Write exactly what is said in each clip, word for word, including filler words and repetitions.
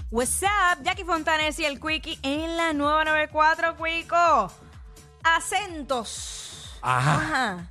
What's up, Jackie Fontanes y el Quickie en la nueva noventa y cuatro, Quico. Acentos. Ajá. Ajá.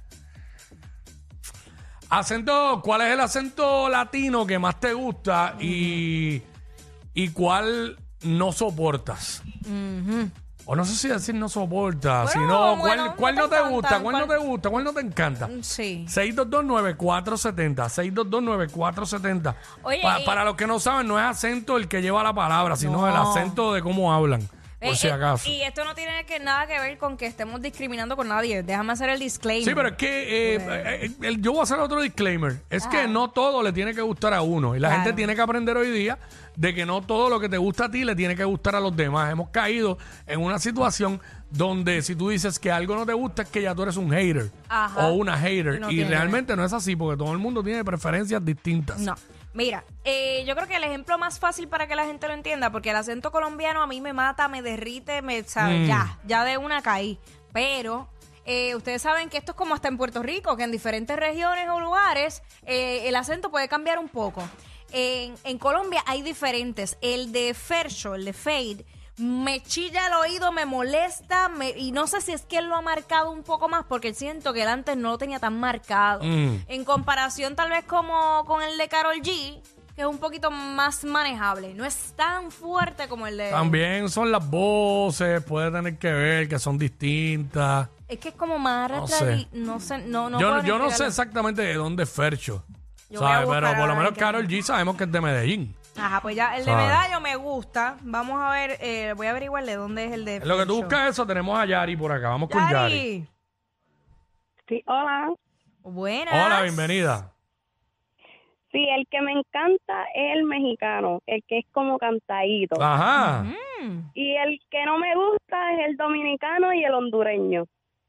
Acento, ¿cuál es el acento latino que más te gusta y, y cuál no soportas? Uh-huh. O no sé si decir no soportas, Bueno, sino bueno, cuál, cuál no no te te encanta, gusta, cuál no cuál- te gusta, cuál no te encanta. Sí. seis dos dos nueve cuatro siete cero, seis dos dos nueve cuatro siete cero. Oye, Pa- y- para los que no saben, no es acento el que lleva la palabra, sino No. el acento de cómo hablan, por Eh, si eh, acaso. y esto no tiene que, nada que ver con que estemos discriminando con nadie. Déjame hacer el disclaimer. Sí, pero es que eh, eh, el- yo voy a hacer otro disclaimer. Es que no todo le tiene que gustar a uno. Y la Claro. gente tiene que aprender hoy día de que no todo lo que te gusta a ti le tiene que gustar a los demás. Hemos caído en una situación donde si tú dices que algo no te gusta es que ya tú eres un hater Ajá. o una hater. No y tiene que realmente no es así porque todo el mundo tiene preferencias distintas. No. Mira, eh, yo creo que el ejemplo más fácil para que la gente lo entienda, porque el acento colombiano a mí me mata, me derrite, me sabe, Mm. ya, ya de una caí. Pero eh, ustedes saben que esto es como hasta en Puerto Rico, que en diferentes regiones o lugares eh, el acento puede cambiar un poco. En, en Colombia hay diferentes. El de Fercho, el de Fade, me chilla el oído, me molesta, me- y no sé si es que él lo ha marcado un poco más, porque siento que él antes no lo tenía tan marcado. Mm. En comparación tal vez como con el de Karol G, que es un poquito más manejable. No es tan fuerte como el de... También son las voces, puede tener que ver que son distintas. Es que es como más No arrastradito. No sé, no, no yo puedo yo no sé explicarlo. exactamente de dónde es Fercho. Yo voy a ¿Sabes? Pero buscar por a lo ver menos qué- Karol G sabemos que es de Medellín. Ajá, pues ya, el de ¿Sabes? Medallo me gusta. Vamos a ver, eh, voy a averiguar de dónde es el de... En lo que tú Fercho. buscas eso, tenemos a Yari por acá. Vamos con Yari. Yari. Sí, hola. Buenas. Hola, bienvenida. Sí, el que me encanta es el mexicano, el que es como cantadito. Ajá. Mm. Y el que no me gusta es el dominicano y el hondureño.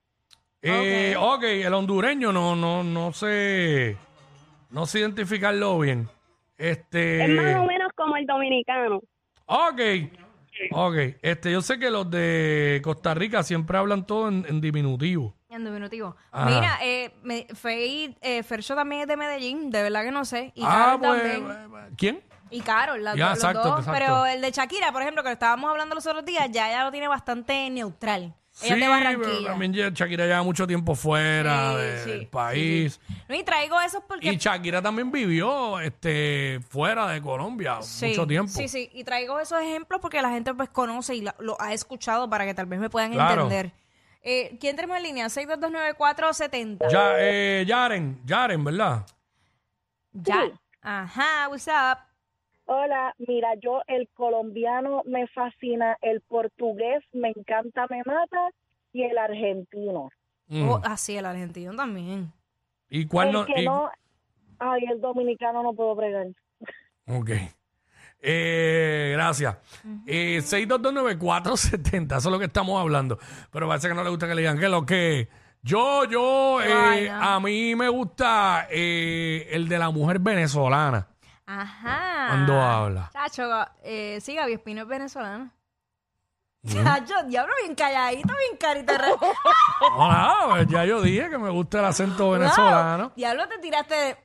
Eh, ok, el hondureño no, no, no sé, no sé identificarlo bien. Este. Es más o menos como el dominicano. Ok. Ok. Este, yo sé que los de Costa Rica siempre hablan todo en, en diminutivo. En diminutivo. Ajá. Mira, eh, me, Fade, eh, Fercho también es de Medellín, de verdad que no sé. Y ah, Karol pues. también. eh, ¿Quién? Y Karol, las Ya, do- los exacto, dos. exacto. Pero el de Shakira, por ejemplo, que lo estábamos hablando los otros días, ya ella lo tiene bastante neutral. Ella es de pero Barranquilla. también ya- Shakira lleva mucho tiempo fuera Sí, de- sí, del sí, país. No, y traigo eso porque... Y Shakira también vivió este, fuera de Colombia Sí, mucho tiempo. Sí, sí, y traigo esos ejemplos porque la gente pues conoce y la- lo ha escuchado para que tal vez me puedan Claro. entender. Eh, ¿Quién tenemos en línea? seis dos dos nueve cuatro siete cero. Ya, eh, Yaren, Yaren, ¿verdad? Ya. Ajá, what's up? Hola, mira, yo el colombiano me fascina, el portugués me encanta, me mata, y el argentino. Mm. Oh, ah, sí, el argentino también. ¿Y cuál el no? que y- no, ay, el dominicano no puedo bregar. Ok. Eh, gracias. Eh, seis dos dos nueve cuatro siete cero, eso es lo que estamos hablando. Pero parece que no le gusta que le digan que lo que. Yo, yo, Qué eh, vaina. a mí me gusta eh, el de la mujer venezolana Ajá. cuando habla. Chacho, eh, sí, Gaby Espino es venezolana. Chacho, diablo, bien calladito, bien carita. de re- No, nada, pues ya yo dije que me gusta el acento venezolano. Wow, diablo, te tiraste de...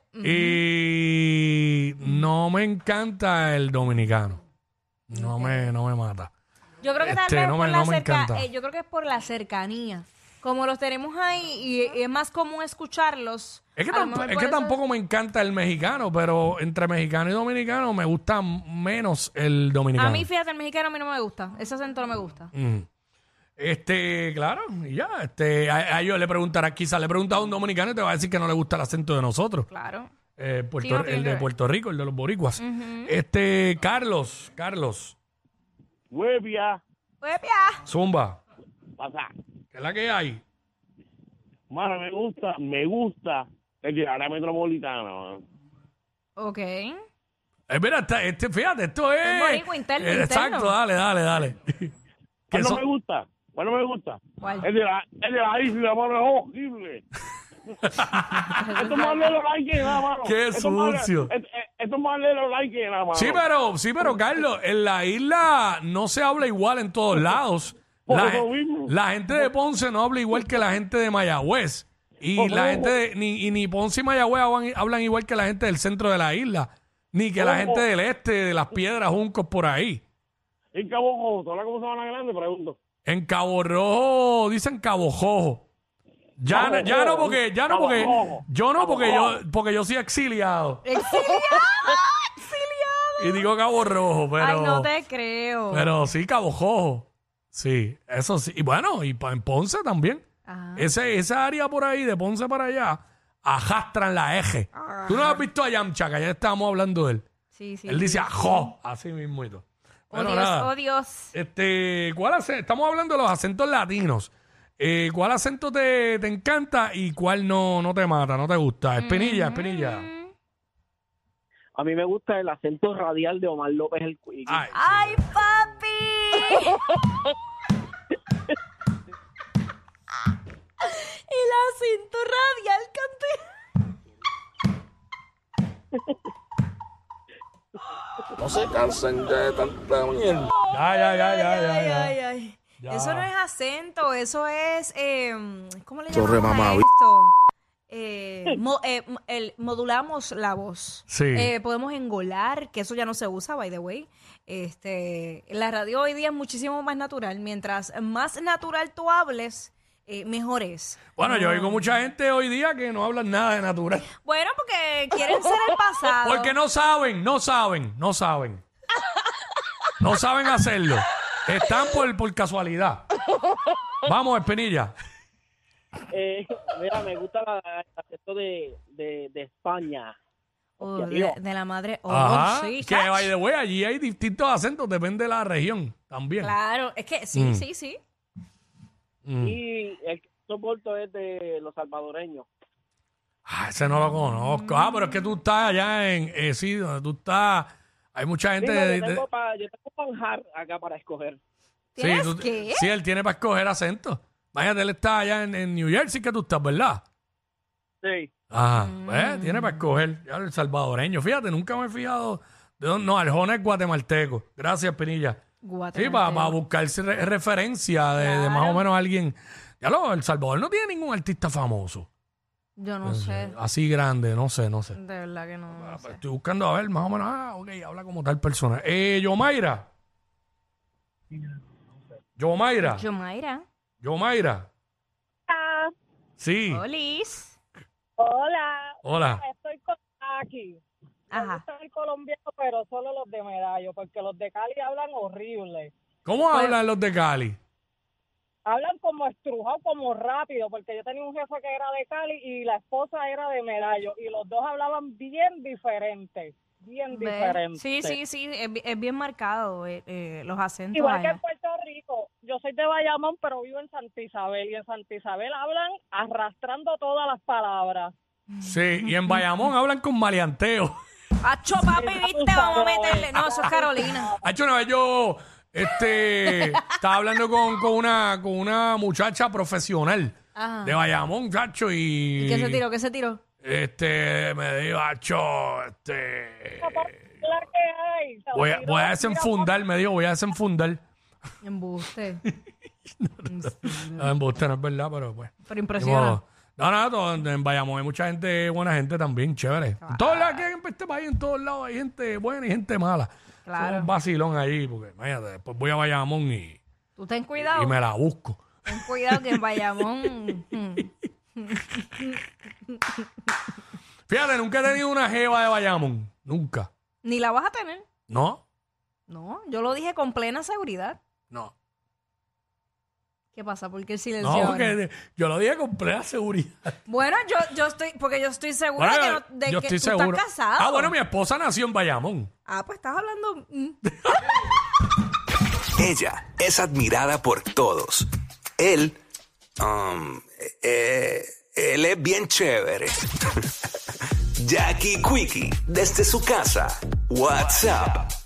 Y no me encanta el dominicano. No me, no me mata. Yo creo que tal Este, vez no por me- la no me cerca- encanta. eh, yo creo que es por la cercanía. Como los tenemos ahí y, y es más común escucharlos. Es que, a lo tamp- mejor es por que eso- tampoco me encanta el mexicano, pero entre mexicano y dominicano me gusta m- menos el dominicano. A mí, fíjate, el mexicano a mí no me gusta. Ese acento no me gusta. Mm. Este, claro, y ya, este, a, a ellos le preguntará, quizás le pregunta a un dominicano y te va a decir que no le gusta el acento de nosotros. Claro. Eh, Puerto- Sí, no tiene el que de ver. Puerto Rico, el de los boricuas. Este, Carlos, Carlos, Huevia, Pues ya. Zumba, pasa. ¿qué es la que hay? Mano, me gusta, me gusta el de la área metropolitana, mano. Ok. Eh, mira, esta- este, fíjate, esto es... Es boricua, interno, eh, Exacto, interno. dale, dale, dale. Que ¿Cuál no son- me gusta? ¿Cuál no me gusta? ¿Cuál? El de la, el de la isla, mano, es horrible. Esto es más de los likes que nada, mano. Qué Esto es más de- sucio. Esto esto es más de los likes que nada, mano. Sí, pero, sí, pero Carlos, en la isla no se habla igual en todos lados. Por La, eso mismo. la gente de Ponce no habla igual que la gente de Y Por la eso. gente de, ni, y ni Ponce y Mayagüez hablan, hablan igual que la gente del centro de la isla. ni que la ¿Cómo? gente del este, de las piedras, juncos por ahí. En Cabo Rojo, ¿tú hablas como Sabana Grande? Pregunto. En Cabo Rojo, dicen Cabo Jojo. Ya, Cabo ya no Rojo, porque, ya no Cabo porque, Rojo, yo no Cabo porque yo, Rojo. porque yo soy exiliado. ¡Exiliado! ¡Exiliado! Y digo Cabo Rojo, pero. Ay, no te creo. Pero sí, Cabo Jojo. Sí, eso sí. Y bueno, y pa- en Ponce también. Ajá. Ese, esa área por ahí, de Ponce para allá, arrastran la eje. Tú no has visto a Yamcha, que ayer estábamos hablando de él. Sí, sí. Él dice ajo, así mismo y todo. Oh, Bueno, Dios, nada. oh, Dios. Este, ¿cuál acento? Estamos hablando de los acentos latinos. Eh, ¿Cuál acento te, te encanta y cuál no, no te mata, no te gusta? Espinilla, Espinilla. Mm. A mí me gusta el acento radial de Omar López el Quickie. Ay, ¡Ay, papi! El acento radial, canté. No se cansen ya de tanta mierda. Ya, ya, ya, ya, ya, Ay, ya. ay, ay. Ya. Eso no es acento, eso es. Eh, ¿Cómo le Chorre llamamos a mamá. esto? Eh, mo- eh, m- el- modulamos la voz. Sí. Eh, podemos engolar, que eso ya no se usa, by the way. Este, la radio hoy día es muchísimo más natural. Mientras más natural tú hables, eh, mejor es. Bueno, yo No. oigo mucha gente hoy día que no hablan nada de natural. Bueno, porque quieren ser el pasado. Porque no saben, no saben, no saben. No saben hacerlo. Están por, por casualidad. Vamos, Espinilla. Eh, mira, me gusta la- el acento de, de, de España. Oh, Hostia, de, tío. de la madre. Oh, Ajá. sí, Que, chach. by the way, allí hay distintos acentos, depende de la región también. Claro, es que sí, Mm. sí, sí. Mm. Y el que soporto es de los salvadoreños. Ah, ese no lo conozco. Ah, pero es que tú estás allá en, eh, sí, donde tú estás, hay mucha Sí, gente... no, de- yo de- tengo pa- yo tengo panjar acá para escoger. ¿Tienes tú- qué? sí, él tiene para escoger acento. Váyate, él está allá en, en New Jersey que tú estás, ¿verdad? Sí. Ajá, Mm. pues, tiene para escoger. Ya el salvadoreño. Fíjate, nunca me he fijado. De dónde, no, Arjona es guatemalteco. Gracias, Pinilla. Sí, Guatemalteco. para buscarse re- referencia de, de más o menos alguien. Ya lo, El Salvador no tiene ningún artista famoso. Yo no sé. Así grande, no sé, no sé. De verdad que no, no Ah, sé. pues, estoy buscando a ver, más o menos. Ah, ok, habla como tal persona. Eh, Yomaira. Yomaira. Yomaira. Yomaira. Ah, Sí. Olis. hola, Hola. estoy con aquí. Me Ajá. gusta el colombiano, pero solo los de Medallo, porque los de Cali hablan horrible. ¿Cómo Pues- hablan los de Cali? Hablan como estrujado, como rápido, porque yo tenía un jefe que era de Cali y la esposa era de Medallo, y los dos hablaban bien diferentes, bien Ve. diferentes. Sí, sí, sí. Es, bi- es bien marcado eh, eh, los acentos. Igual que allá. en Puerto Rico, yo soy de Bayamón, pero vivo en Santa Isabel, y en Santa Isabel hablan arrastrando todas las palabras. Sí, y en Bayamón hablan con maleanteo. Acho, papi, viste, vamos a meterle. No, eso es Carolina. Ha hecho una vez yo este, estaba hablando con, con, una, con una muchacha profesional Ajá. de Bayamón, chacho, y... ¿Qué se tiró? ¿Qué se tiró? Este, me dijo, Acho, este... La que hay. se Voy a, tiró, voy a mira, desenfundar, me dijo, voy a desenfundar. Embuste. No, en Boston no es verdad, pero pues... Pero impresiona. Digo, No, no, todo- en Bayamón hay mucha gente, buena gente también, chévere. En todos lados, aquí en este país, en todos lados hay gente buena y gente mala. Claro. Somos un vacilón ahí, porque imagínate, después voy a Bayamón y, Tú ten cuidado. y me la busco. Ten cuidado que en Bayamón. mm, Fíjate, nunca he tenido una jeva de Bayamón. Nunca. Ni la vas a tener. ¿No? No, yo lo dije con plena seguridad. No. ¿Qué pasa? ¿Por qué el silencio? No, ahora? porque yo lo dije con plena seguridad. Bueno, yo, yo estoy, porque yo estoy segura Bueno, que no- de yo que estoy tú seguro. estás casado. Ah, bueno, mi esposa nació en Bayamón. Ah, pues estás hablando. mm. Ella es admirada por todos. Él, um, eh, él es bien chévere. Jackie Quickie, desde su casa. WhatsApp